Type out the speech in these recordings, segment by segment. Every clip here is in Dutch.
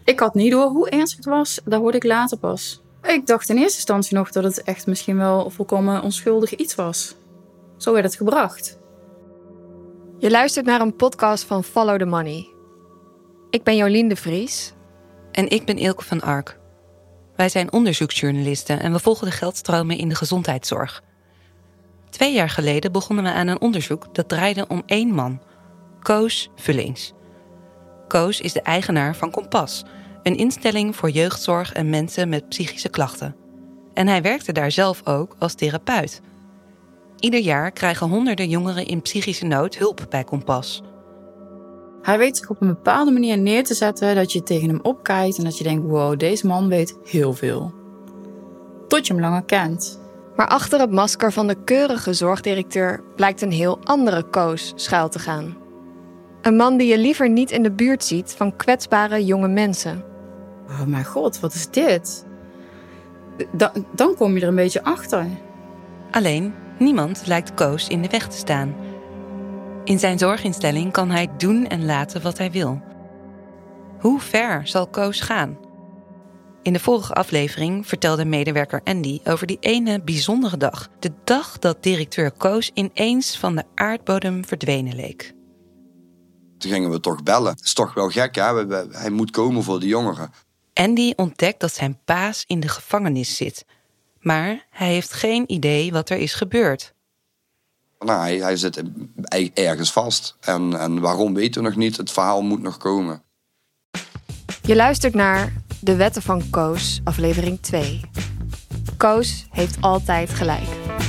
Ik had niet door hoe ernstig het was, dat hoorde ik later pas. Ik dacht in eerste instantie nog dat het echt misschien wel volkomen onschuldig iets was. Zo werd het gebracht. Je luistert naar een podcast van Follow the Money. Ik ben Jolien de Vries. En ik ben Ilke van Ark. Wij zijn onderzoeksjournalisten en we volgen de geldstromen in de gezondheidszorg. 2 jaar geleden begonnen we aan een onderzoek dat draaide om 1 man. Koos Vullings. Koos is de eigenaar van Kompas, een instelling voor jeugdzorg en mensen met psychische klachten. En hij werkte daar zelf ook als therapeut. Ieder jaar krijgen honderden jongeren in psychische nood hulp bij Kompas. Hij weet zich op een bepaalde manier neer te zetten dat je tegen hem opkijkt en dat je denkt, wow, deze man weet heel veel. Tot je hem langer kent. Maar achter het masker van de keurige zorgdirecteur blijkt een heel andere Koos schuil te gaan. Een man die je liever niet in de buurt ziet van kwetsbare jonge mensen. Oh mijn god, wat is dit? Dan kom je er een beetje achter. Alleen, niemand lijkt Koos in de weg te staan. In zijn zorginstelling kan hij doen en laten wat hij wil. Hoe ver zal Koos gaan? In de vorige aflevering vertelde medewerker Andy over die ene bijzondere dag. De dag dat directeur Koos ineens van de aardbodem verdwenen leek. Toen gingen we toch bellen. Dat is toch wel gek, hè? Hij moet komen voor de jongeren. Andy ontdekt dat zijn baas in de gevangenis zit. Maar hij heeft geen idee wat er is gebeurd. Nou, hij zit ergens vast. En waarom weten we nog niet. Het verhaal moet nog komen. Je luistert naar De Wetten van Koos, aflevering 2. Koos heeft altijd gelijk.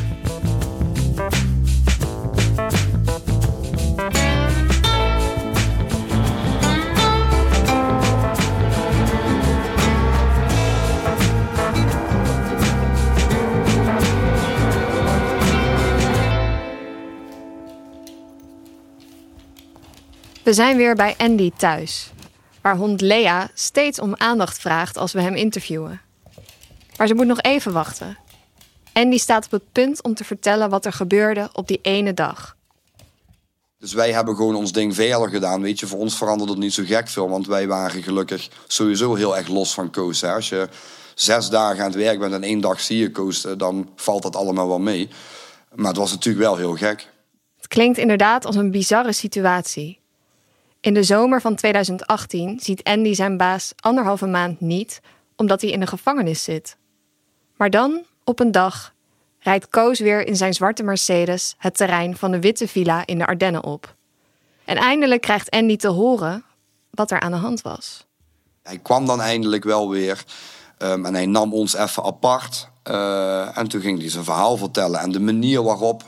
We zijn weer bij Andy thuis, waar hond Lea steeds om aandacht vraagt als we hem interviewen. Maar ze moet nog even wachten. Andy staat op het punt om te vertellen wat er gebeurde op die ene dag. Dus wij hebben gewoon ons ding verder gedaan. Weet je, voor ons veranderde het niet zo gek veel. Want wij waren gelukkig sowieso heel erg los van Koos. Hè. Als je 6 dagen aan het werk bent en 1 dag zie je Koos, dan valt dat allemaal wel mee. Maar het was natuurlijk wel heel gek. Het klinkt inderdaad als een bizarre situatie. In de zomer van 2018 ziet Andy zijn baas 1,5 maand niet, omdat hij in de gevangenis zit. Maar dan, op een dag, rijdt Koos weer in zijn zwarte Mercedes het terrein van de witte villa in de Ardennen op. En eindelijk krijgt Andy te horen wat er aan de hand was. Hij kwam dan eindelijk wel weer en hij nam ons even apart. En toen ging hij zijn verhaal vertellen. En de manier waarop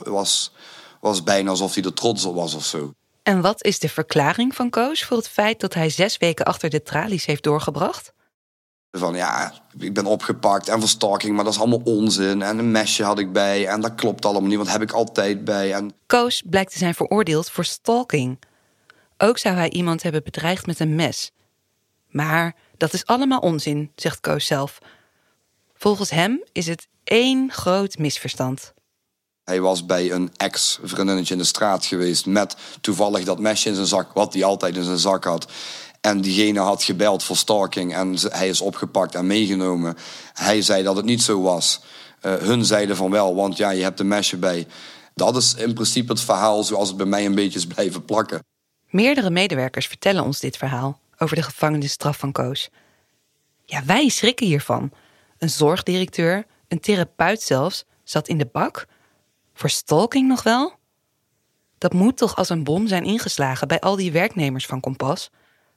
was bijna alsof hij er trots op was of zo. En wat is de verklaring van Koos voor het feit dat hij 6 weken achter de tralies heeft doorgebracht? Van ja, ik ben opgepakt en voor stalking, maar dat is allemaal onzin. En een mesje had ik bij en dat klopt allemaal niet, want heb ik altijd bij. En Koos blijkt te zijn veroordeeld voor stalking. Ook zou hij iemand hebben bedreigd met een mes. Maar dat is allemaal onzin, zegt Koos zelf. Volgens hem is het 1 groot misverstand. Hij was bij een ex-vriendinnetje in de straat geweest met toevallig dat mesje in zijn zak, wat hij altijd in zijn zak had. En diegene had gebeld voor stalking en hij is opgepakt en meegenomen. Hij zei dat het niet zo was. Hun zeiden van wel, want ja, je hebt een mesje bij. Dat is in principe het verhaal zoals het bij mij een beetje is blijven plakken. Meerdere medewerkers vertellen ons dit verhaal over de gevangenisstraf van Koos. Ja, wij schrikken hiervan. Een zorgdirecteur, een therapeut zelfs, zat in de bak. Voor stalking nog wel? Dat moet toch als een bom zijn ingeslagen bij al die werknemers van Kompas?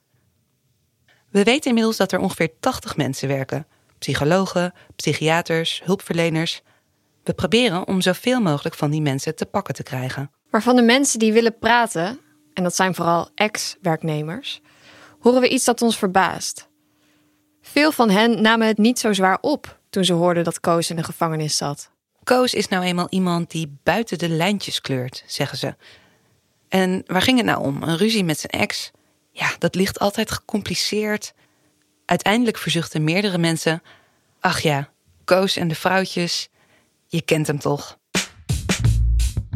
We weten inmiddels dat er ongeveer 80 mensen werken. Psychologen, psychiaters, hulpverleners. We proberen om zoveel mogelijk van die mensen te pakken te krijgen. Maar van de mensen die willen praten, en dat zijn vooral ex-werknemers, horen we iets dat ons verbaast. Veel van hen namen het niet zo zwaar op toen ze hoorden dat Koos in de gevangenis zat. Koos is nou eenmaal iemand die buiten de lijntjes kleurt, zeggen ze. En waar ging het nou om? Een ruzie met zijn ex? Ja, dat ligt altijd gecompliceerd. Uiteindelijk verzuchten meerdere mensen: ach ja, Koos en de vrouwtjes, je kent hem toch.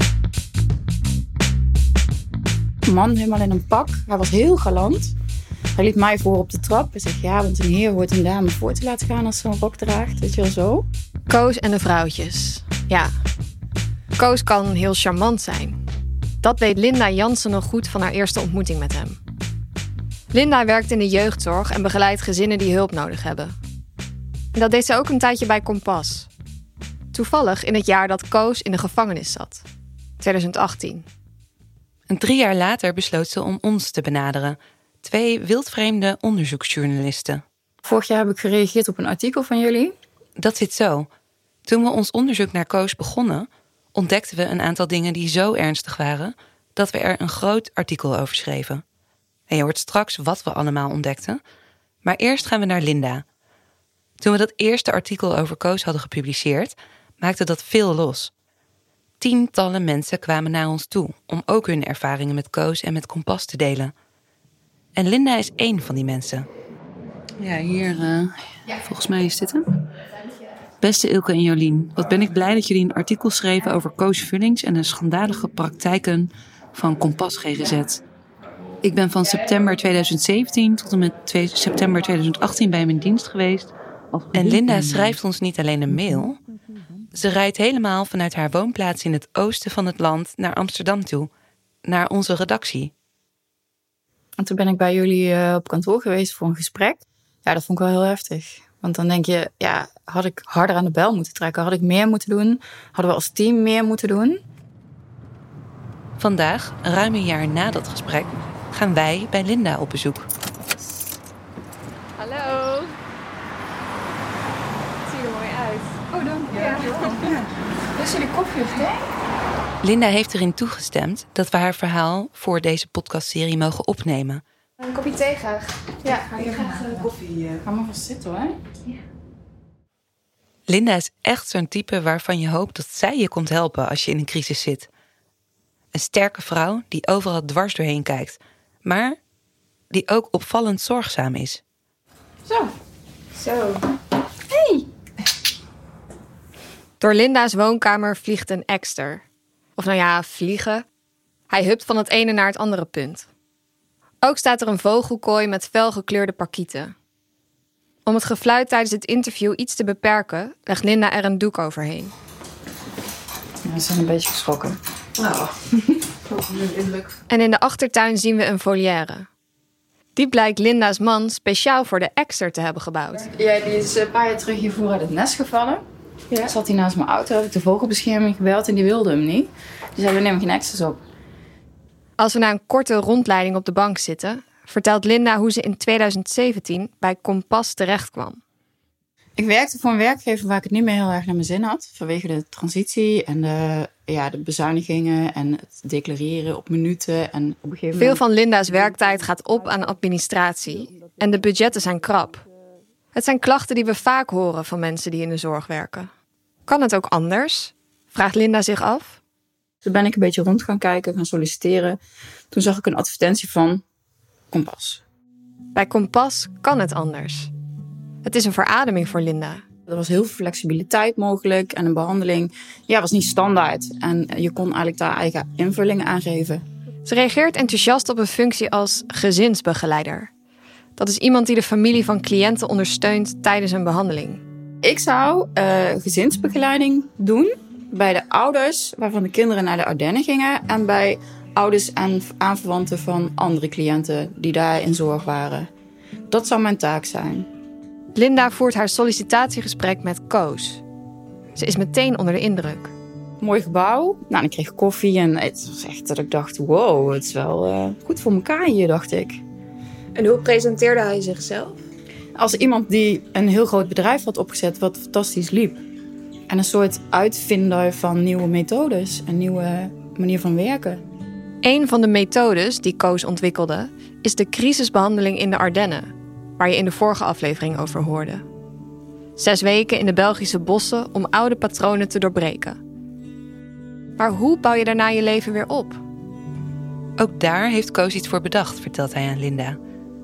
Een man helemaal in een pak. Hij was heel galant. Hij liet mij voor op de trap. Hij zegt, ja, want een heer hoort een dame voor te laten gaan als ze een rok draagt. Weet je wel zo? Koos en de vrouwtjes. Ja, Koos kan heel charmant zijn. Dat weet Linda Jansen nog goed van haar eerste ontmoeting met hem. Linda werkt in de jeugdzorg en begeleidt gezinnen die hulp nodig hebben. En dat deed ze ook een tijdje bij Kompas. Toevallig in het jaar dat Koos in de gevangenis zat. 2018. En 3 jaar later besloot ze om ons te benaderen. 2 wildvreemde onderzoeksjournalisten. Vorig jaar heb ik gereageerd op een artikel van jullie. Dat zit zo. Toen we ons onderzoek naar Koos begonnen, ontdekten we een aantal dingen die zo ernstig waren dat we er een groot artikel over schreven. En je hoort straks wat we allemaal ontdekten. Maar eerst gaan we naar Linda. Toen we dat eerste artikel over Koos hadden gepubliceerd, maakte dat veel los. Tientallen mensen kwamen naar ons toe om ook hun ervaringen met Koos en met Kompas te delen. En Linda is 1 van die mensen. Ja, hier, volgens mij is dit hem. Beste Ilke en Jolien, wat ben ik blij dat jullie een artikel schreven over Koos Vullings en de schandalige praktijken van Kompas GGZ. Ik ben van september 2017 tot en met september 2018 bij hem in dienst geweest. En Linda schrijft ons niet alleen een mail. Ze rijdt helemaal vanuit haar woonplaats in het oosten van het land naar Amsterdam toe. Naar onze redactie. En toen ben ik bij jullie op kantoor geweest voor een gesprek. Ja, dat vond ik wel heel heftig. Want dan denk je, ja, had ik harder aan de bel moeten trekken? Had ik meer moeten doen? Hadden we als team meer moeten doen? Vandaag, ruim een jaar na dat gesprek, gaan wij bij Linda op bezoek. Hallo. Het ziet er mooi uit. Oh, dank je. Ja. Dus jullie koffie of thee? Linda heeft erin toegestemd dat we haar verhaal voor deze podcastserie mogen opnemen. Een kopje thee graag. Ja, Hier graag koffie. Ga maar vast zitten hoor. Ja. Linda is echt zo'n type waarvan je hoopt dat zij je komt helpen als je in een crisis zit. Een sterke vrouw die overal dwars doorheen kijkt, maar die ook opvallend zorgzaam is. Zo. Hey! Door Linda's woonkamer vliegt een ekster. Of nou ja, vliegen. Hij hupt van het ene naar het andere punt. Ook staat er een vogelkooi met felgekleurde parkieten. Om het gefluit tijdens het interview iets te beperken, legt Linda er een doek overheen. Ja, ze zijn een beetje geschrokken. En in de achtertuin zien we een volière. Die blijkt Linda's man speciaal voor de ekster te hebben gebouwd. Ja, die is een paar jaar terug hiervoor uit het nest gevallen. Ja. Zat hij naast mijn auto, heb ik de vogelbescherming gebeld en die wilde hem niet. Dus we nemen geen eksters op. Als we na een korte rondleiding op de bank zitten, vertelt Linda hoe ze in 2017 bij Kompas terecht kwam. Ik werkte voor een werkgever waar ik het niet meer heel erg naar mijn zin had. Vanwege de transitie en de bezuinigingen en het declareren op minuten. En op een gegeven moment... Veel van Linda's werktijd gaat op aan administratie. En de budgetten zijn krap. Het zijn klachten die we vaak horen van mensen die in de zorg werken. Kan het ook anders? Vraagt Linda zich af. Toen ben ik een beetje rond gaan kijken, gaan solliciteren. Toen zag ik een advertentie van Kompas. Bij Kompas kan het anders. Het is een verademing voor Linda. Er was heel veel flexibiliteit mogelijk en een behandeling was niet standaard. En je kon eigenlijk daar eigen invullingen aan geven. Ze reageert enthousiast op een functie als gezinsbegeleider. Dat is iemand die de familie van cliënten ondersteunt tijdens een behandeling. Ik zou gezinsbegeleiding doen bij de ouders waarvan de kinderen naar de Ardennen gingen. En bij ouders en aanverwanten van andere cliënten die daar in zorg waren. Dat zou mijn taak zijn. Linda voert haar sollicitatiegesprek met Koos. Ze is meteen onder de indruk. Mooi gebouw. Nou, ik kreeg koffie en het was echt dat ik dacht, wow, het is wel goed voor elkaar hier, dacht ik. En hoe presenteerde hij zichzelf? Als iemand die een heel groot bedrijf had opgezet wat fantastisch liep. En een soort uitvinder van nieuwe methodes, een nieuwe manier van werken. Een van de methodes die Koos ontwikkelde is de crisisbehandeling in de Ardennen, waar je in de vorige aflevering over hoorde. 6 weken in de Belgische bossen om oude patronen te doorbreken. Maar hoe bouw je daarna je leven weer op? Ook daar heeft Koos iets voor bedacht, vertelt hij aan Linda.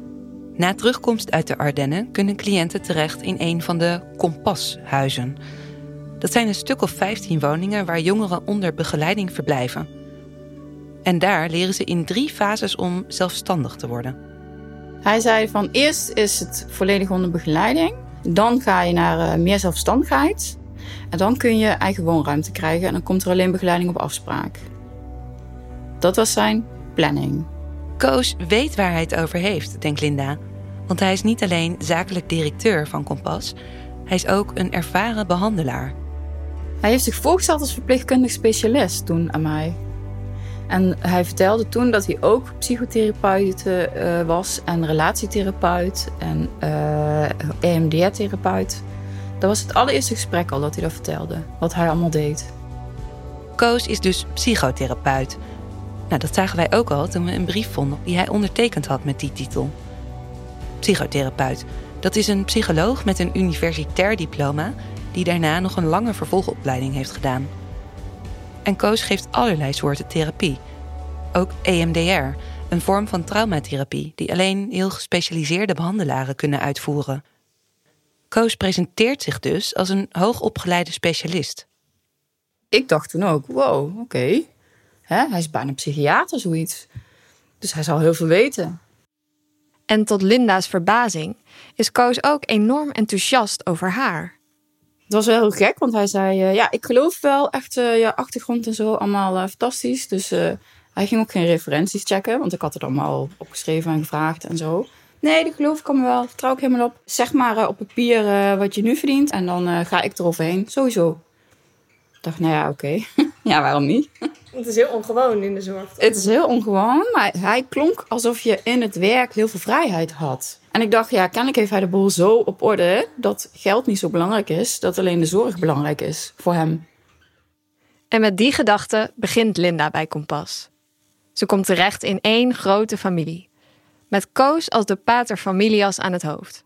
Na terugkomst uit de Ardennen kunnen cliënten terecht in een van de Kompashuizen. Dat zijn een stuk of 15 woningen waar jongeren onder begeleiding verblijven. En daar leren ze in 3 fases om zelfstandig te worden. Hij zei van eerst is het volledig onder begeleiding. Dan ga je naar meer zelfstandigheid. En dan kun je eigen woonruimte krijgen. En dan komt er alleen begeleiding op afspraak. Dat was zijn planning. Koos weet waar hij het over heeft, denkt Linda. Want hij is niet alleen zakelijk directeur van Kompas. Hij is ook een ervaren behandelaar. Hij heeft zich voorgesteld als verpleegkundig specialist toen aan mij. En hij vertelde toen dat hij ook psychotherapeut was en relatietherapeut en EMDR-therapeut. Dat was het allereerste gesprek al dat hij dat vertelde, wat hij allemaal deed. Koos is dus psychotherapeut. Nou, dat zagen wij ook al toen we een brief vonden die hij ondertekend had met die titel. Psychotherapeut, dat is een psycholoog met een universitair diploma die daarna nog een lange vervolgopleiding heeft gedaan. En Koos geeft allerlei soorten therapie. Ook EMDR, een vorm van traumatherapie die alleen heel gespecialiseerde behandelaren kunnen uitvoeren. Koos presenteert zich dus als een hoogopgeleide specialist. Ik dacht toen ook, wow, oké. Hij is bijna psychiater, zoiets. Dus hij zal heel veel weten. En tot Linda's verbazing is Koos ook enorm enthousiast over haar. Het was wel heel gek, want hij zei... ik geloof wel echt je achtergrond en zo allemaal fantastisch. Dus hij ging ook geen referenties checken. Want ik had het allemaal opgeschreven en gevraagd en zo. Nee, dat geloof ik allemaal wel. Vertrouw ik helemaal op. Zeg maar op papier wat je nu verdient. En dan ga ik eroverheen. Sowieso. Ik dacht, nou ja, oké. Ja, waarom niet? Het is heel ongewoon in de zorg. Het is heel ongewoon, maar hij klonk alsof je in het werk heel veel vrijheid had. En ik dacht, ja, kennelijk heeft hij de boel zo op orde dat geld niet zo belangrijk is, dat alleen de zorg belangrijk is voor hem. En met die gedachte begint Linda bij Kompas. Ze komt terecht in één grote familie. Met Koos als de pater familias aan het hoofd.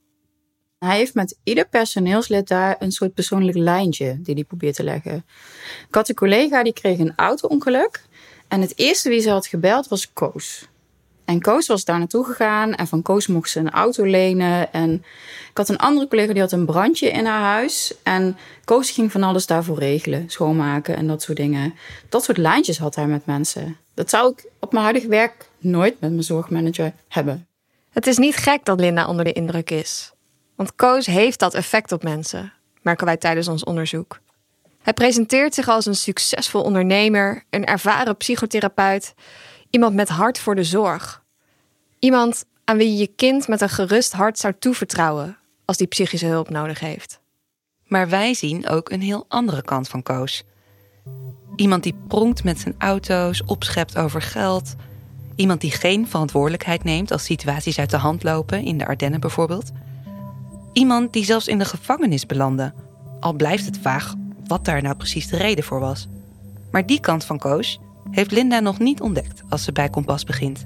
Hij heeft met ieder personeelslid daar een soort persoonlijk lijntje die hij probeert te leggen. Ik had een collega die kreeg een auto-ongeluk. En het eerste wie ze had gebeld was Koos. En Koos was daar naartoe gegaan. En van Koos mocht ze een auto lenen. En ik had een andere collega die had een brandje in haar huis. En Koos ging van alles daarvoor regelen. Schoonmaken en dat soort dingen. Dat soort lijntjes had hij met mensen. Dat zou ik op mijn huidige werk nooit met mijn zorgmanager hebben. Het is niet gek dat Linda onder de indruk is. Want Koos heeft dat effect op mensen, merken wij tijdens ons onderzoek. Hij presenteert zich als een succesvol ondernemer, een ervaren psychotherapeut, iemand met hart voor de zorg. Iemand aan wie je je kind met een gerust hart zou toevertrouwen als die psychische hulp nodig heeft. Maar wij zien ook een heel andere kant van Koos. Iemand die pronkt met zijn auto's, opschept over geld. Iemand die geen verantwoordelijkheid neemt als situaties uit de hand lopen, in de Ardennen bijvoorbeeld. Iemand die zelfs in de gevangenis belandde. Al blijft het vaag wat daar nou precies de reden voor was. Maar die kant van Koos heeft Linda nog niet ontdekt als ze bij Kompas begint.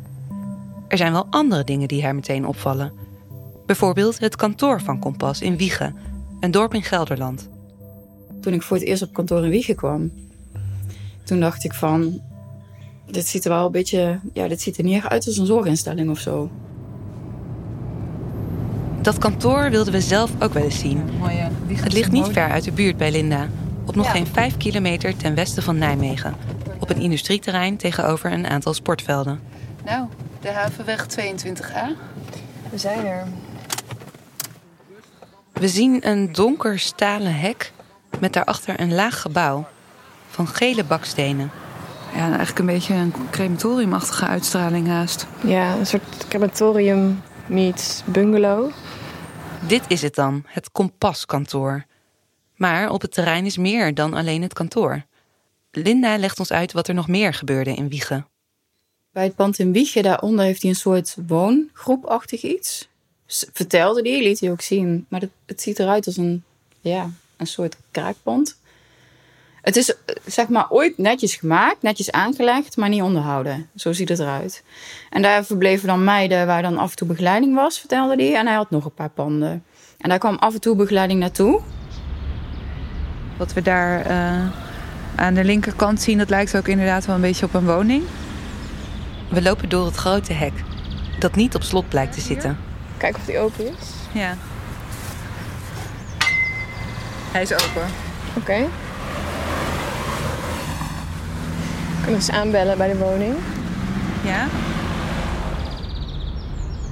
Er zijn wel andere dingen die haar meteen opvallen. Bijvoorbeeld het kantoor van Kompas in Wijchen, een dorp in Gelderland. Toen ik voor het eerst op kantoor in Wijchen kwam, toen dacht ik van, dit ziet er wel een beetje, dit ziet er niet echt uit als een zorginstelling of zo. Dat kantoor wilden we zelf ook wel eens zien. Het ligt niet ver uit de buurt bij Linda. Op nog geen 5 kilometer ten westen van Nijmegen. Op een industrieterrein tegenover een aantal sportvelden. Nou, de Havenweg 22A. We zijn er. We zien een donker stalen hek met daarachter een laag gebouw van gele bakstenen. Ja, eigenlijk een beetje een crematoriumachtige uitstraling haast. Ja, een soort crematorium meets bungalow. Dit is het dan, het Kompaskantoor. Maar op het terrein is meer dan alleen het kantoor. Linda legt ons uit wat er nog meer gebeurde in Wijchen. Bij het pand in Wijchen, daaronder heeft hij een soort woongroepachtig iets. Vertelde hij, liet hij ook zien. Maar het ziet eruit als een soort kraakpand. Het is zeg maar ooit netjes gemaakt, netjes aangelegd, maar niet onderhouden. Zo ziet het eruit. En daar verbleven dan meiden waar dan af en toe begeleiding was, vertelde hij. En hij had nog een paar panden. En daar kwam af en toe begeleiding naartoe. Wat we daar aan de linkerkant zien, dat lijkt ook inderdaad wel een beetje op een woning. We lopen door het grote hek, dat niet op slot blijkt te zitten. Kijk of die open is. Ja. Hij is open. Oké. Kunnen we eens aanbellen bij de woning? Ja.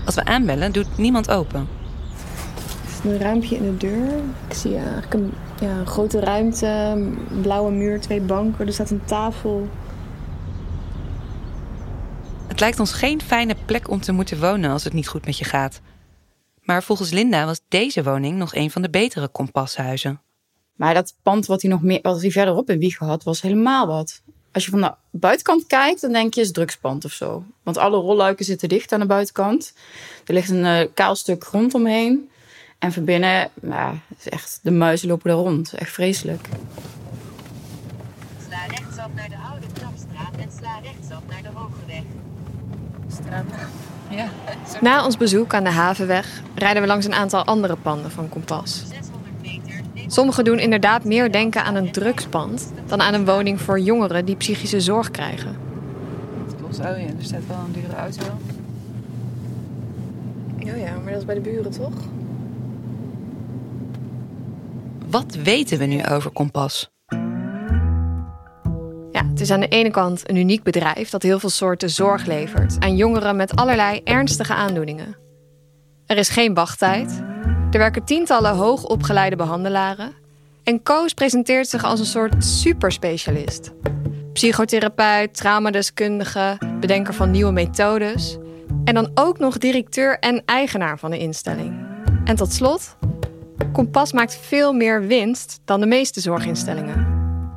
Als we aanbellen, doet niemand open. Het is een raampje in de deur. Ik zie eigenlijk een grote ruimte, een blauwe muur, 2 banken. Er staat een tafel. Het lijkt ons geen fijne plek om te moeten wonen als het niet goed met je gaat. Maar volgens Linda was deze woning nog een van de betere Kompashuizen. Maar dat pand wat hij verderop in Wijchen had, was helemaal wat. Als je van de buitenkant kijkt, dan denk je is drugspand of zo. Want alle rolluiken zitten dicht aan de buitenkant. Er ligt een kaal stuk grond omheen. En van binnen, is echt, de muizen lopen er rond. Echt vreselijk. Sla rechtsaf naar de Oude Knapstraat en sla rechtsaf naar de Hogeweg. Ja. Na ons bezoek aan de Havenweg rijden we langs een aantal andere panden van Kompas. 600 meter. Sommige doen inderdaad meer denken aan een drugspand dan aan een woning voor jongeren die psychische zorg krijgen. Klopt, er staat wel een dure auto. Oh ja, maar dat is bij de buren toch? Wat weten we nu over Kompas? Ja, het is aan de ene kant een uniek bedrijf dat heel veel soorten zorg levert aan jongeren met allerlei ernstige aandoeningen. Er is geen wachttijd. Er werken tientallen hoogopgeleide behandelaren. En Koos presenteert zich als een soort superspecialist. Psychotherapeut, traumadeskundige, bedenker van nieuwe methodes. En dan ook nog directeur en eigenaar van de instelling. En tot slot, Kompas maakt veel meer winst dan de meeste zorginstellingen.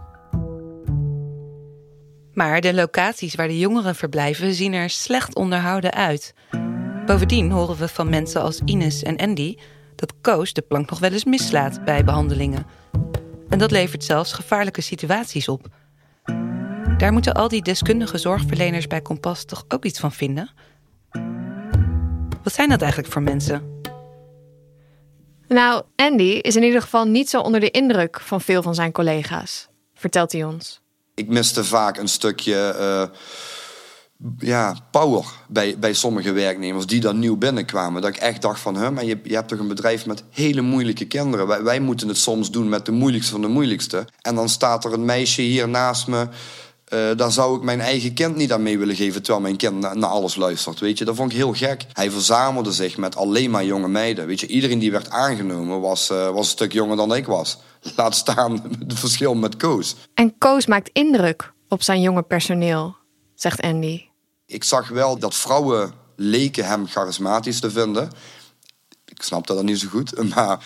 Maar de locaties waar de jongeren verblijven zien er slecht onderhouden uit. Bovendien horen we van mensen als Ines en Andy dat Koos de plank nog wel eens mislaat bij behandelingen. En dat levert zelfs gevaarlijke situaties op. Daar moeten al die deskundige zorgverleners bij Kompas toch ook iets van vinden? Wat zijn dat eigenlijk voor mensen? Nou, Andy is in ieder geval niet zo onder de indruk van veel van zijn collega's, vertelt hij ons. Ik miste vaak een stukje power bij sommige werknemers die dan nieuw binnenkwamen. Dat ik echt dacht van, maar je hebt toch een bedrijf met hele moeilijke kinderen. Wij moeten het soms doen met de moeilijkste van de moeilijkste. En dan staat er een meisje hier naast me. Daar zou ik mijn eigen kind niet aan mee willen geven, terwijl mijn kind naar alles luistert. Weet je, dat vond ik heel gek. Hij verzamelde zich met alleen maar jonge meiden. Weet je, iedereen die werd aangenomen was een stuk jonger dan ik was. Laat staan het verschil met Koos. En Koos maakt indruk op zijn jonge personeel, zegt Andy. Ik zag wel dat vrouwen leken hem charismatisch te vinden. Ik snapte dat niet zo goed, maar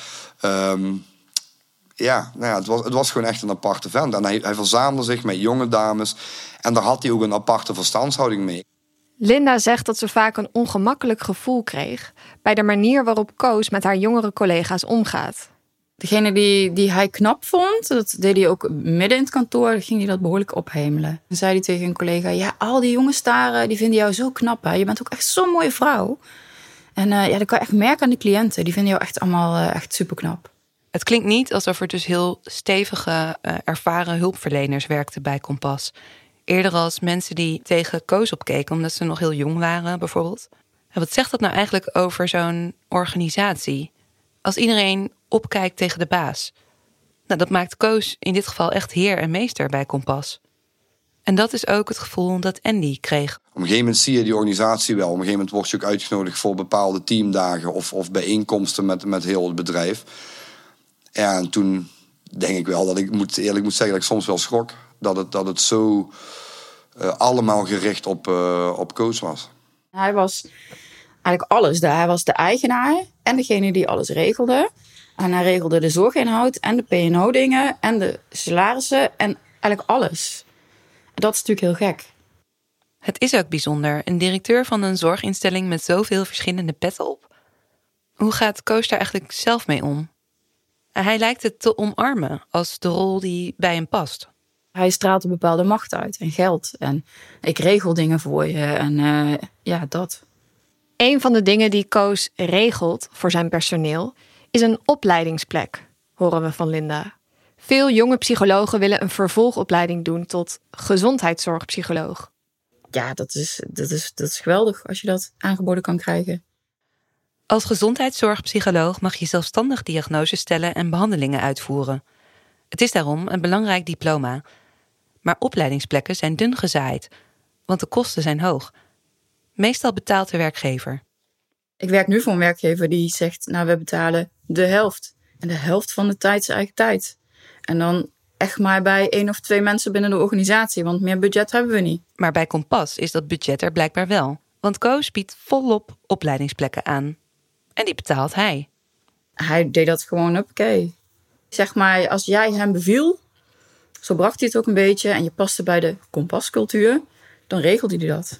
het was gewoon echt een aparte vent. En hij verzamelde zich met jonge dames en daar had hij ook een aparte verstandshouding mee. Linda zegt dat ze vaak een ongemakkelijk gevoel kreeg bij de manier waarop Koos met haar jongere collega's omgaat. Degene die hij knap vond, dat deed hij ook midden in het kantoor, ging hij dat behoorlijk ophemelen. Dan zei hij tegen een collega, ja, al die jongens daar, die vinden jou zo knap, hè? Je bent ook echt zo'n mooie vrouw. En dat kan je echt merken aan de cliënten, die vinden jou echt allemaal echt superknap. Het klinkt niet alsof er dus heel stevige, ervaren hulpverleners werkten bij Kompas. Eerder als mensen die tegen Koos opkeken omdat ze nog heel jong waren, bijvoorbeeld. En wat zegt dat nou eigenlijk over zo'n organisatie? Als iedereen opkijkt tegen de baas. Nou, dat maakt Koos in dit geval echt heer en meester bij Kompas. En dat is ook het gevoel dat Andy kreeg. Op een gegeven moment zie je die organisatie wel. Op een gegeven moment word je ook uitgenodigd voor bepaalde teamdagen of bijeenkomsten met heel het bedrijf. Ja, en toen denk ik wel dat ik eerlijk moet zeggen dat ik soms wel schrok. Dat het zo allemaal gericht op Koos was. Hij was eigenlijk alles daar. Hij was de eigenaar en degene die alles regelde. En hij regelde de zorginhoud en de P&O-dingen en de salarissen en eigenlijk alles. En dat is natuurlijk heel gek. Het is ook bijzonder, een directeur van een zorginstelling met zoveel verschillende petten op. Hoe gaat Koos daar eigenlijk zelf mee om? Hij lijkt het te omarmen als de rol die bij hem past. Hij straalt een bepaalde macht uit en geld. En ik regel dingen voor je en dat. Een van de dingen die Koos regelt voor zijn personeel is een opleidingsplek, horen we van Linda. Veel jonge psychologen willen een vervolgopleiding doen tot gezondheidszorgpsycholoog. Ja, dat is geweldig als je dat aangeboden kan krijgen. Als gezondheidszorgpsycholoog mag je zelfstandig diagnoses stellen en behandelingen uitvoeren. Het is daarom een belangrijk diploma. Maar opleidingsplekken zijn dun gezaaid, want de kosten zijn hoog. Meestal betaalt de werkgever. Ik werk nu voor een werkgever die zegt, nou, we betalen de helft. En de helft van de tijd is eigen tijd. En dan echt maar bij 1 of 2 mensen binnen de organisatie, want meer budget hebben we niet. Maar bij Kompas is dat budget er blijkbaar wel. Want Koos biedt volop opleidingsplekken aan. En die betaalt hij. Hij deed dat gewoon oké. Zeg maar, als jij hem beviel, zo bracht hij het ook een beetje en je paste bij de Kompascultuur, dan regelde hij dat.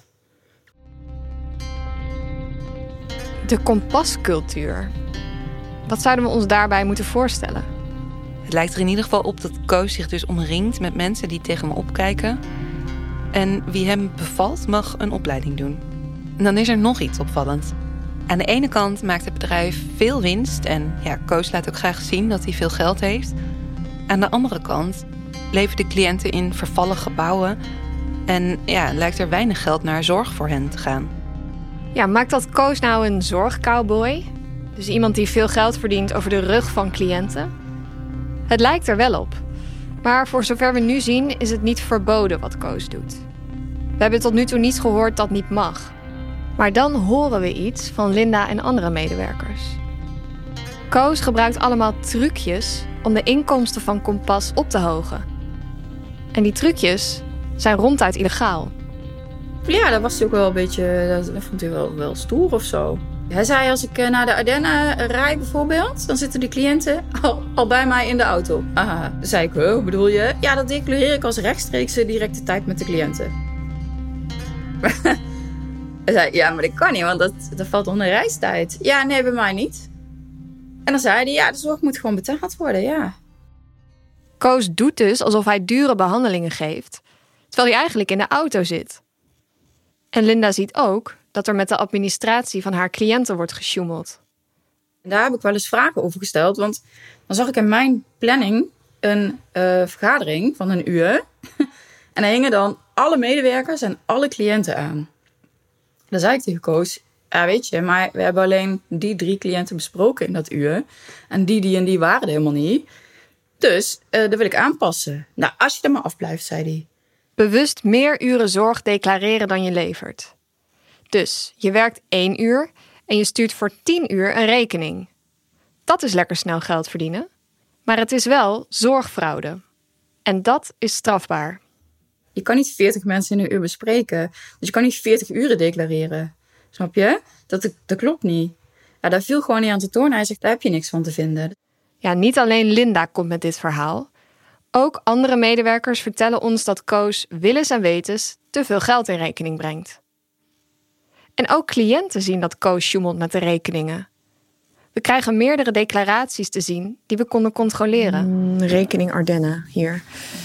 De Kompascultuur. Wat zouden we ons daarbij moeten voorstellen? Het lijkt er in ieder geval op dat Koos zich dus omringt met mensen die tegen hem opkijken. En wie hem bevalt, mag een opleiding doen. En dan is er nog iets opvallends. Aan de ene kant maakt het bedrijf veel winst en Koos laat ook graag zien dat hij veel geld heeft. Aan de andere kant leven de cliënten in vervallen gebouwen en lijkt er weinig geld naar zorg voor hen te gaan. Ja, maakt dat Koos nou een zorgcowboy? Dus iemand die veel geld verdient over de rug van cliënten? Het lijkt er wel op. Maar voor zover we nu zien is het niet verboden wat Koos doet. We hebben tot nu toe niet gehoord dat niet mag. Maar dan horen we iets van Linda en andere medewerkers. Koos gebruikt allemaal trucjes om de inkomsten van Kompas op te hogen. En die trucjes zijn ronduit illegaal. Ja, dat was hij ook wel een beetje, dat vond hij wel stoer of zo. Hij zei, als ik naar de Ardennen rijd bijvoorbeeld, dan zitten die cliënten al bij mij in de auto. Aha. Dan zei ik, hoe bedoel je? Ja, dat declareer ik als rechtstreekse directe tijd met de cliënten. Hij zei, ja, maar dat kan niet, want dat valt onder reistijd. Ja, nee, bij mij niet. En dan zei hij, ja, de zorg moet gewoon betaald worden, ja. Koos doet dus alsof hij dure behandelingen geeft, terwijl hij eigenlijk in de auto zit. En Linda ziet ook dat er met de administratie van haar cliënten wordt gesjoemeld. Daar heb ik wel eens vragen over gesteld, want dan zag ik in mijn planning een vergadering van 1 uur. En daar hingen dan alle medewerkers en alle cliënten aan. Dan zei ik tegen Koos, ja weet je, maar we hebben alleen die 3 cliënten besproken in dat uur. En die waren er helemaal niet. Dus dat wil ik aanpassen. Nou, als je er maar afblijft, zei hij. Bewust meer uren zorg declareren dan je levert. Dus je werkt 1 uur en je stuurt voor 10 uur een rekening. Dat is lekker snel geld verdienen. Maar het is wel zorgfraude. En dat is strafbaar. Je kan niet 40 mensen in 1 uur bespreken. Dus je kan niet 40 uren declareren. Snap je? Dat klopt niet. Ja, daar viel gewoon niet aan te tonen. Hij zegt, daar heb je niks van te vinden. Ja, niet alleen Linda komt met dit verhaal. Ook andere medewerkers vertellen ons dat Koos willens en wetens te veel geld in rekening brengt. En ook cliënten zien dat Koos sjoemelt met de rekeningen. We krijgen meerdere declaraties te zien die we konden controleren. Rekening Ardennen, hier.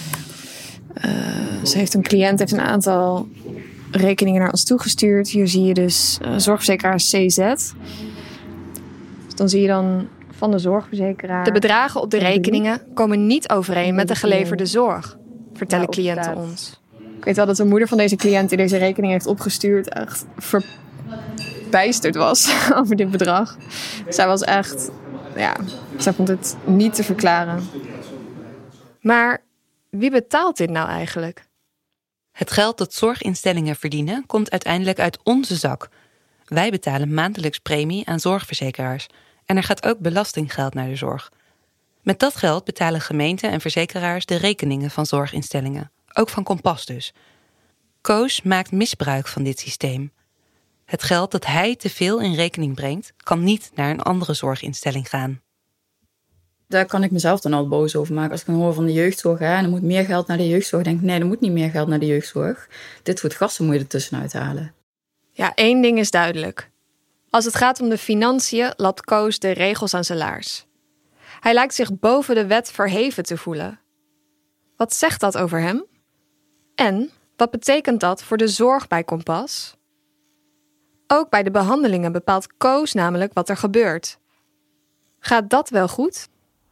Ze heeft een cliënt, heeft een aantal rekeningen naar ons toegestuurd. Hier zie je dus zorgverzekeraar CZ. Dus dan zie je dan van de zorgverzekeraar. De bedragen op de rekeningen komen niet overeen met de geleverde zorg, vertellen cliënten ons. Ik weet wel dat de moeder van deze cliënt die deze rekening heeft opgestuurd echt verbijsterd was over dit bedrag. Zij was echt, zij vond het niet te verklaren. Maar wie betaalt dit nou eigenlijk? Het geld dat zorginstellingen verdienen komt uiteindelijk uit onze zak. Wij betalen maandelijks premie aan zorgverzekeraars. En er gaat ook belastinggeld naar de zorg. Met dat geld betalen gemeenten en verzekeraars de rekeningen van zorginstellingen. Ook van Kompas dus. Koos maakt misbruik van dit systeem. Het geld dat hij te veel in rekening brengt, kan niet naar een andere zorginstelling gaan. Daar kan ik mezelf dan al boos over maken. Als ik dan hoor van de jeugdzorg, en er moet meer geld naar de jeugdzorg. Dan denk ik, nee, er moet niet meer geld naar de jeugdzorg. Dit soort gasten moet je er tussenuit halen. Ja, 1 ding is duidelijk. Als het gaat om de financiën, lapt Koos de regels aan zijn laars. Hij lijkt zich boven de wet verheven te voelen. Wat zegt dat over hem? En wat betekent dat voor de zorg bij Kompas? Ook bij de behandelingen bepaalt Koos namelijk wat er gebeurt. Gaat dat wel goed?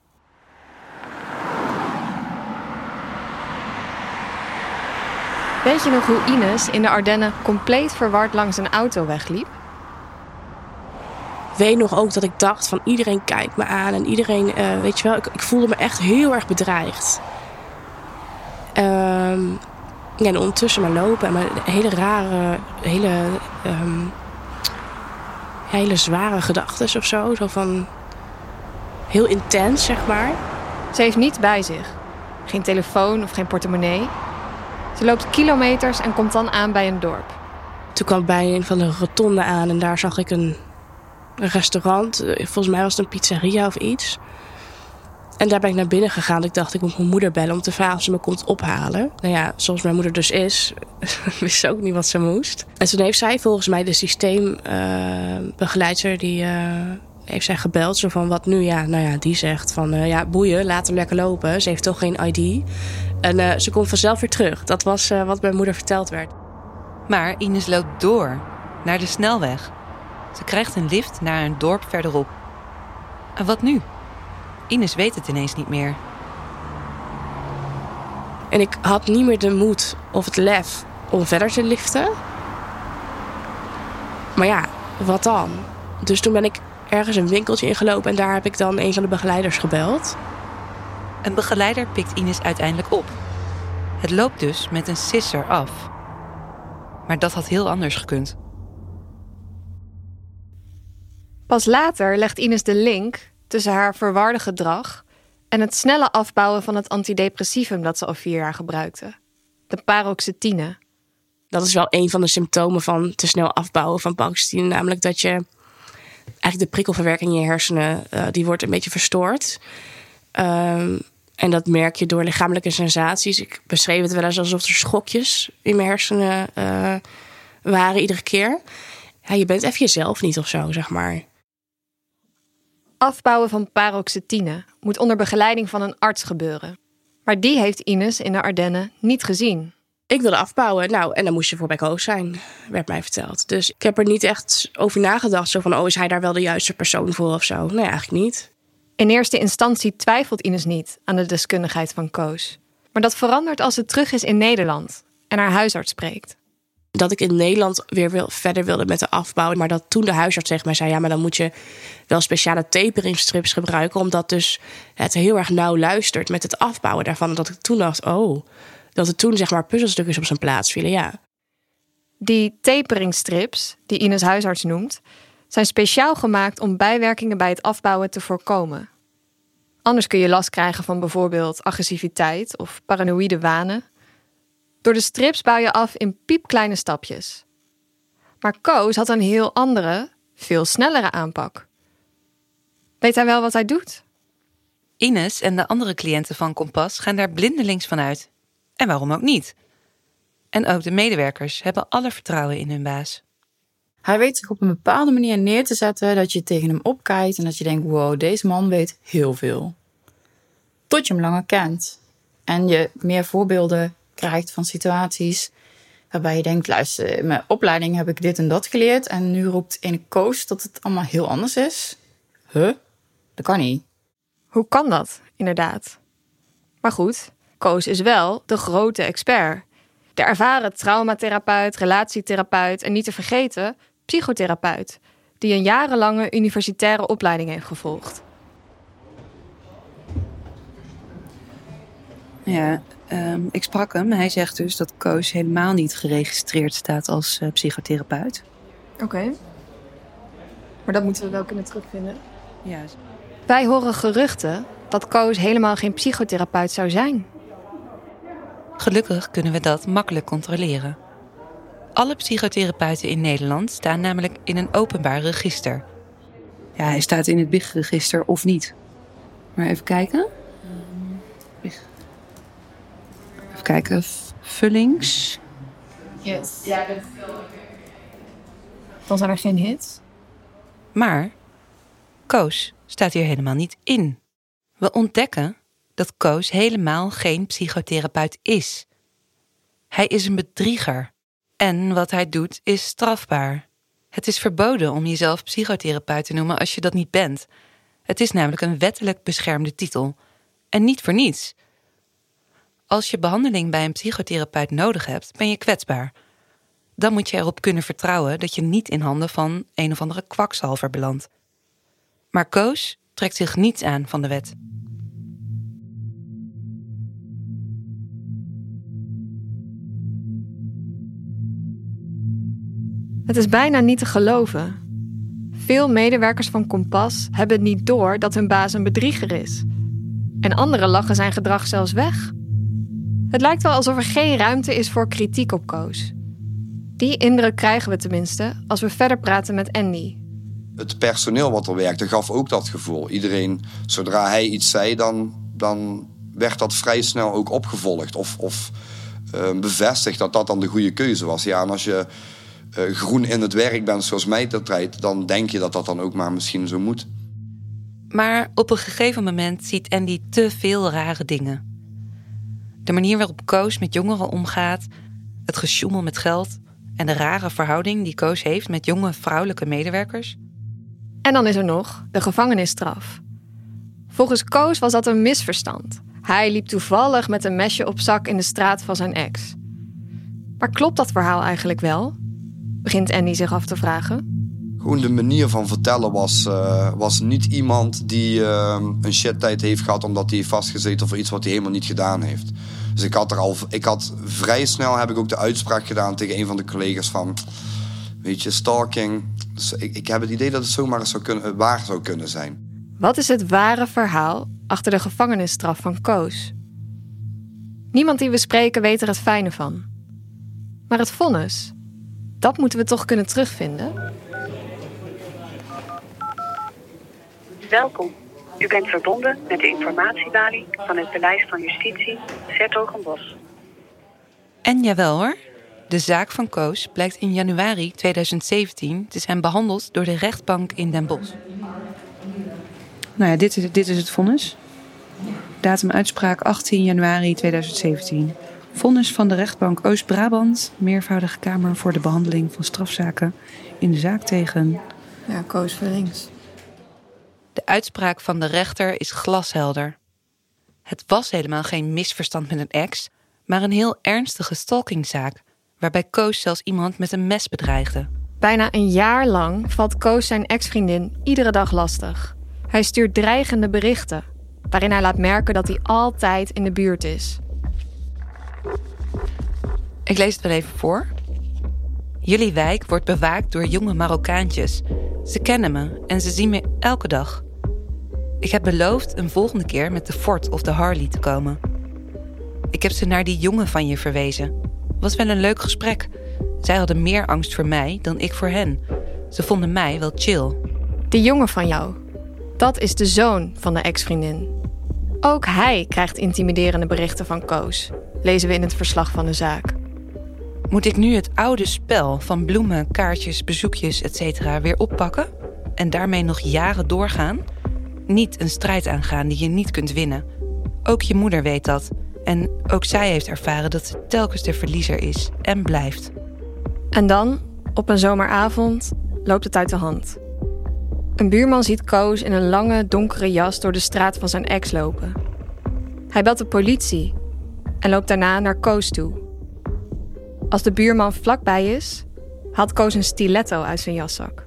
Weet je nog hoe Ines in de Ardennen compleet verward langs een auto wegliep? Ik weet nog ook dat ik dacht van iedereen kijkt me aan en iedereen, weet je wel, ik voelde me echt heel erg bedreigd. En ondertussen maar lopen en maar hele rare, hele zware gedachten of zo. Zo van heel intens, zeg maar. Ze heeft niets bij zich. Geen telefoon of geen portemonnee. Ze loopt kilometers en komt dan aan bij een dorp. Toen kwam ik bij een van de rotonde aan en daar zag ik een restaurant. Volgens mij was het een pizzeria of iets. En daar ben ik naar binnen gegaan. Ik dacht, ik moet mijn moeder bellen om te vragen of ze me komt ophalen. Nou ja, zoals mijn moeder dus is, wist ze ook niet wat ze moest. En toen heeft zij volgens mij de systeembegeleider, die heeft zij gebeld. Zo van, wat nu? Ja, nou ja, die zegt van, ja, boeien, laat hem lekker lopen. Ze heeft toch geen ID. En ze komt vanzelf weer terug. Dat was wat mijn moeder verteld werd. Maar Ines loopt door, naar de snelweg. Ze krijgt een lift naar een dorp verderop. En wat nu? Ines weet het ineens niet meer. En ik had niet meer de moed of het lef om verder te liften. Maar ja, wat dan? Dus toen ben ik ergens een winkeltje ingelopen en daar heb ik dan een van de begeleiders gebeld. Een begeleider pikt Ines uiteindelijk op. Het loopt dus met een sisser af. Maar dat had heel anders gekund. Pas later legt Ines de link tussen haar verwarde gedrag en het snelle afbouwen van het antidepressivum dat ze al 4 jaar gebruikte. De paroxetine. Dat is wel een van de symptomen van te snel afbouwen van paroxetine. Namelijk dat je eigenlijk de prikkelverwerking in je hersenen, die wordt een beetje verstoord. En dat merk je door lichamelijke sensaties. Ik beschreef het wel eens alsof er schokjes in mijn hersenen waren iedere keer. Ja, je bent even jezelf niet of zo, zeg maar. Afbouwen van paroxetine moet onder begeleiding van een arts gebeuren. Maar die heeft Ines in de Ardennen niet gezien. Ik wilde afbouwen, nou, en dan moest je voor bij Koos zijn, werd mij verteld. Dus ik heb er niet echt over nagedacht, zo van, is hij daar wel de juiste persoon voor of zo? Nee, eigenlijk niet. In eerste instantie twijfelt Ines niet aan de deskundigheid van Koos. Maar dat verandert als ze terug is in Nederland en haar huisarts spreekt. Dat ik in Nederland weer verder wilde met de afbouw. Maar dat toen de huisarts tegen mij zei, ja, maar dan moet je wel speciale taperingstrips gebruiken, omdat dus het heel erg nauw luistert met het afbouwen daarvan. En dat ik toen dacht, dat er toen zeg maar puzzelstukjes op zijn plaats vielen, ja. Die taperingstrips, die Ines huisarts noemt, zijn speciaal gemaakt om bijwerkingen bij het afbouwen te voorkomen. Anders kun je last krijgen van bijvoorbeeld agressiviteit of paranoïde wanen. Door de strips bouw je af in piepkleine stapjes. Maar Koos had een heel andere, veel snellere aanpak. Weet hij wel wat hij doet? Ines en de andere cliënten van Kompas gaan daar blindelings van uit. En waarom ook niet? En ook de medewerkers hebben alle vertrouwen in hun baas. Hij weet zich op een bepaalde manier neer te zetten dat je tegen hem opkijkt en dat je denkt, wow, deze man weet heel veel. Tot je hem langer kent. En je meer voorbeelden krijgt van situaties waarbij je denkt, luister, in mijn opleiding heb ik dit en dat geleerd en nu roept ene Koos dat het allemaal heel anders is. Dat kan niet. Hoe kan dat, inderdaad? Maar goed, Koos is wel de grote expert. De ervaren traumatherapeut, relatietherapeut en niet te vergeten psychotherapeut, die een jarenlange universitaire opleiding heeft gevolgd. Ja, ik sprak hem. Hij zegt dus dat Koos helemaal niet geregistreerd staat als psychotherapeut. Oké. Maar dat moeten we wel kunnen terugvinden. Ja. Wij horen geruchten dat Koos helemaal geen psychotherapeut zou zijn. Gelukkig kunnen we dat makkelijk controleren. Alle psychotherapeuten in Nederland staan namelijk in een openbaar register. Ja, hij staat in het BIG-register of niet. Maar even kijken. Even kijken. Vullings. Yes. Ja, dan zijn er geen hits. Maar Koos staat hier helemaal niet in. We ontdekken dat Koos helemaal geen psychotherapeut is. Hij is een bedrieger. En wat hij doet is strafbaar. Het is verboden om jezelf psychotherapeut te noemen als je dat niet bent. Het is namelijk een wettelijk beschermde titel. En niet voor niets. Als je behandeling bij een psychotherapeut nodig hebt, ben je kwetsbaar. Dan moet je erop kunnen vertrouwen dat je niet in handen van een of andere kwakzalver belandt. Maar Koos trekt zich niets aan van de wet. Het is bijna niet te geloven. Veel medewerkers van Kompas hebben niet door dat hun baas een bedrieger is. En anderen lachen zijn gedrag zelfs weg. Het lijkt wel alsof er geen ruimte is voor kritiek op Koos. Die indruk krijgen we tenminste als we verder praten met Andy. Het personeel wat er werkte gaf ook dat gevoel. Iedereen, zodra hij iets zei, dan werd dat vrij snel ook opgevolgd. Of bevestigd dat dat dan de goede keuze was. Ja, en als je groen in het werk bent zoals mij dat rijdt, dan denk je dat dat dan ook maar misschien zo moet. Maar op een gegeven moment ziet Andy te veel rare dingen. De manier waarop Koos met jongeren omgaat, het gesjoemel met geld en de rare verhouding die Koos heeft met jonge vrouwelijke medewerkers. En dan is er nog de gevangenisstraf. Volgens Koos was dat een misverstand. Hij liep toevallig met een mesje op zak in de straat van zijn ex. Maar klopt dat verhaal eigenlijk wel? Begint Andy zich af te vragen. Gewoon de manier van vertellen was niet iemand die een shittijd heeft gehad omdat hij vastgezeten voor iets wat hij helemaal niet gedaan heeft. Dus ik had vrij snel heb ik ook de uitspraak gedaan tegen een van de collega's van, weet je, stalking. Dus ik heb het idee dat het zomaar eens waar zou kunnen zijn. Wat is het ware verhaal achter de gevangenisstraf van Koos? Niemand die we spreken weet er het fijne van. Maar het vonnis, dat moeten we toch kunnen terugvinden? Welkom. U bent verbonden met de informatiebalie van het Paleis van Justitie, 's-Hertogenbosch. En jawel hoor, de zaak van Koos blijkt in januari 2017 te zijn behandeld door de rechtbank in Den Bosch. Nou ja, dit is het vonnis. Datum uitspraak 18 januari 2017. Vonnis van de rechtbank Oost-Brabant, meervoudige kamer voor de behandeling van strafzaken in de zaak tegen... Ja, Koos Verrings. De uitspraak van de rechter is glashelder. Het was helemaal geen misverstand met een ex, maar een heel ernstige stalkingzaak, waarbij Koos zelfs iemand met een mes bedreigde. Bijna een jaar lang valt Koos zijn ex-vriendin iedere dag lastig. Hij stuurt dreigende berichten, waarin hij laat merken dat hij altijd in de buurt is. Ik lees het wel even voor. Jullie wijk wordt bewaakt door jonge Marokkaantjes. Ze kennen me en ze zien me elke dag. Ik heb beloofd een volgende keer met de Ford of de Harley te komen. Ik heb ze naar die jongen van je verwezen. Was wel een leuk gesprek. Zij hadden meer angst voor mij dan ik voor hen. Ze vonden mij wel chill. Die jongen van jou, dat is de zoon van de ex-vriendin. Ook hij krijgt intimiderende berichten van Koos, lezen we in het verslag van de zaak. Moet ik nu het oude spel van bloemen, kaartjes, bezoekjes, etc. weer oppakken? En daarmee nog jaren doorgaan? Niet een strijd aangaan die je niet kunt winnen. Ook je moeder weet dat. En ook zij heeft ervaren dat ze telkens de verliezer is en blijft. En dan, op een zomeravond, loopt het uit de hand. Een buurman ziet Koos in een lange, donkere jas door de straat van zijn ex lopen. Hij belt de politie en loopt daarna naar Koos toe. Als de buurman vlakbij is, haalt Koos een stiletto uit zijn jaszak.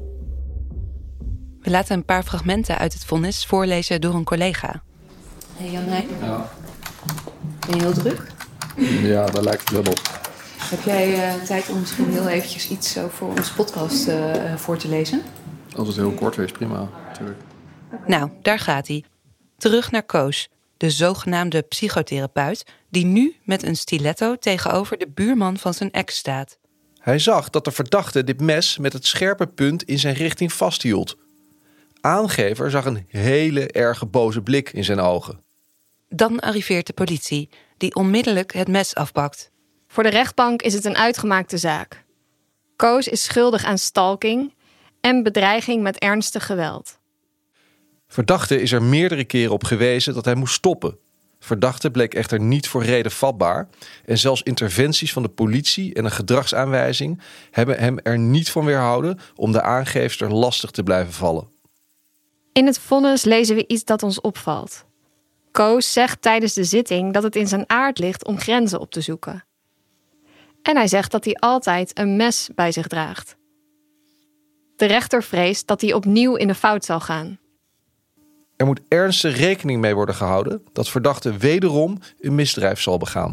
We laten een paar fragmenten uit het vonnis voorlezen door een collega. Hey Jan-Hein. Ja. Ben je heel druk? Ja, daar lijkt het wel op. Heb jij tijd om misschien heel eventjes iets voor onze podcast voor te lezen? Als het heel kort is, prima, natuurlijk. Nou, daar gaat hij. Terug naar Koos, de zogenaamde psychotherapeut, die nu met een stiletto tegenover de buurman van zijn ex staat. Hij zag dat de verdachte dit mes met het scherpe punt in zijn richting vasthield. Aangever zag een hele erge boze blik in zijn ogen. Dan arriveert de politie, die onmiddellijk het mes afpakt. Voor de rechtbank is het een uitgemaakte zaak. Koos is schuldig aan stalking en bedreiging met ernstig geweld. Verdachte is er meerdere keren op gewezen dat hij moest stoppen. Verdachte bleek echter niet voor reden vatbaar en zelfs interventies van de politie en een gedragsaanwijzing hebben hem er niet van weerhouden om de aangeefster lastig te blijven vallen. In het vonnis lezen we iets dat ons opvalt. Koos zegt tijdens de zitting dat het in zijn aard ligt om grenzen op te zoeken. En hij zegt dat hij altijd een mes bij zich draagt. De rechter vreest dat hij opnieuw in de fout zal gaan. Er moet ernstig rekening mee worden gehouden dat verdachte wederom een misdrijf zal begaan.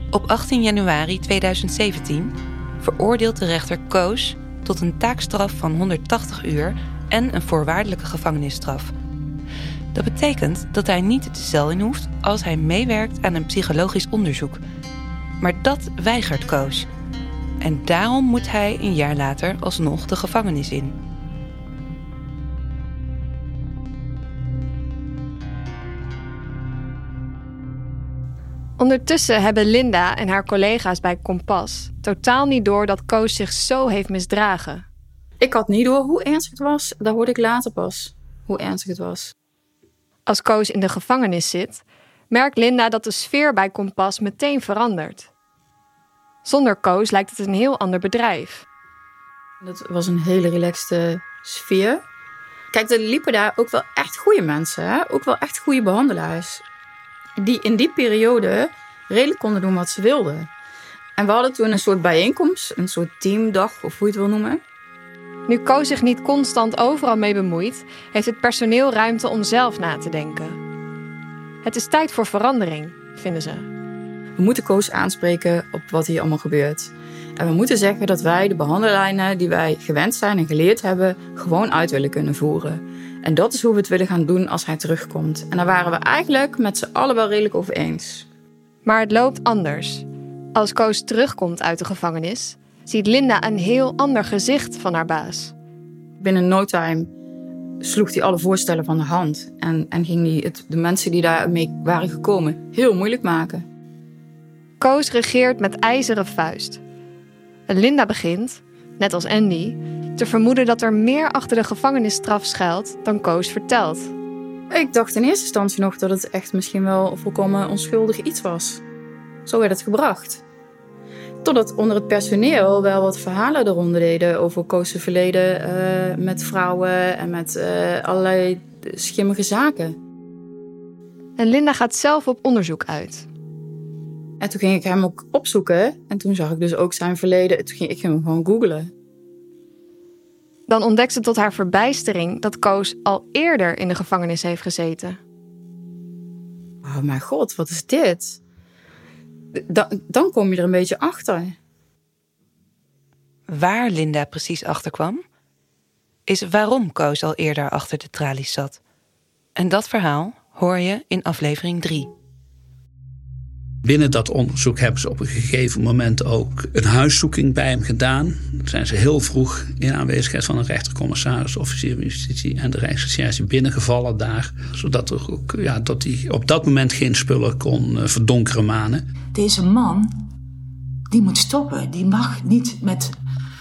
Op 18 januari 2017 veroordeelt de rechter Koos tot een taakstraf van 180 uur en een voorwaardelijke gevangenisstraf. Dat betekent dat hij niet de cel in hoeft als hij meewerkt aan een psychologisch onderzoek. Maar dat weigert Koos. En daarom moet hij een jaar later alsnog de gevangenis in. Ondertussen hebben Linda en haar collega's bij Kompas totaal niet door dat Koos zich zo heeft misdragen. Ik had niet door hoe ernstig het was. Dat hoorde ik later pas, hoe ernstig het was. Als Koos in de gevangenis zit, merkt Linda dat de sfeer bij Kompas meteen verandert. Zonder Koos lijkt het een heel ander bedrijf. Dat was een hele relaxte sfeer. Kijk, er liepen daar ook wel echt goede mensen, hè? Ook wel echt goede behandelaars. Die in die periode redelijk konden doen wat ze wilden. En we hadden toen een soort bijeenkomst, een soort teamdag of hoe je het wil noemen. Nu Koos zich niet constant overal mee bemoeit, heeft het personeel ruimte om zelf na te denken. Het is tijd voor verandering, vinden ze. We moeten Koos aanspreken op wat hier allemaal gebeurt. En we moeten zeggen dat wij de behandellijnen die wij gewend zijn en geleerd hebben, gewoon uit willen kunnen voeren. En dat is hoe we het willen gaan doen als hij terugkomt. En daar waren we eigenlijk met z'n allen wel redelijk over eens. Maar het loopt anders. Als Koos terugkomt uit de gevangenis, ziet Linda een heel ander gezicht van haar baas. Binnen no time sloeg hij alle voorstellen van de hand. En ging hij de mensen die daarmee waren gekomen heel moeilijk maken. Koos regeert met ijzeren vuist. En Linda begint, net als Andy, te vermoeden dat er meer achter de gevangenisstraf schuilt dan Koos vertelt. Ik dacht in eerste instantie nog dat het echt misschien wel volkomen onschuldig iets was. Zo werd het gebracht. Totdat onder het personeel wel wat verhalen de ronde deden over Koos' verleden met vrouwen en met allerlei schimmige zaken. En Linda gaat zelf op onderzoek uit. En toen ging ik hem ook opzoeken en toen zag ik dus ook zijn verleden. Ik ging hem gewoon googlen. Dan ontdekt ze tot haar verbijstering dat Koos al eerder in de gevangenis heeft gezeten. Oh mijn god, wat is dit? Dan kom je er een beetje achter. Waar Linda precies achter kwam, is waarom Koos al eerder achter de tralies zat. En dat verhaal hoor je in aflevering 3. Binnen dat onderzoek hebben ze op een gegeven moment ook een huiszoeking bij hem gedaan. Dan zijn ze heel vroeg in aanwezigheid van een rechtercommissaris, officier van justitie en de Rijksrecherche binnengevallen daar. Zodat er ook, dat hij op dat moment geen spullen kon verdonkeren manen. Deze man, die moet stoppen. Die mag niet met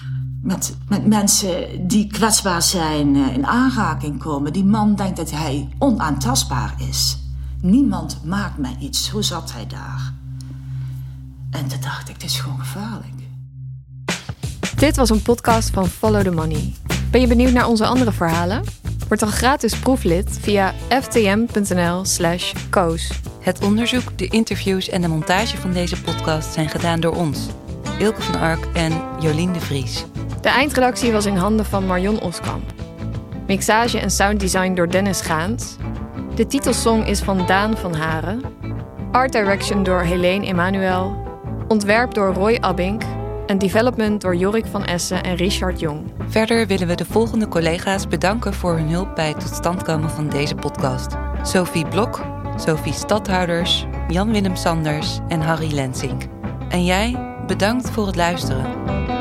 mensen die kwetsbaar zijn in aanraking komen. Die man denkt dat hij onaantastbaar is. Niemand maakt mij iets. Hoe zat hij daar? En toen dacht ik, dit is gewoon gevaarlijk. Dit was een podcast van Follow the Money. Ben je benieuwd naar onze andere verhalen? Word dan gratis proeflid via ftm.nl/koos. Het onderzoek, de interviews en de montage van deze podcast zijn gedaan door ons, Ilke van Ark en Jolien de Vries. De eindredactie was in handen van Marion Oskamp. Mixage en sounddesign door Dennis Gaans. De titelsong is van Daan van Haren. Art direction door Helene Emmanuel. Ontwerp door Roy Abbink. En development door Jorik van Essen en Richard Jong. Verder willen we de volgende collega's bedanken voor hun hulp bij het tot stand komen van deze podcast. Sophie Blok, Sophie Stadhouders, Jan-Willem Sanders en Harry Lensink. En jij, bedankt voor het luisteren.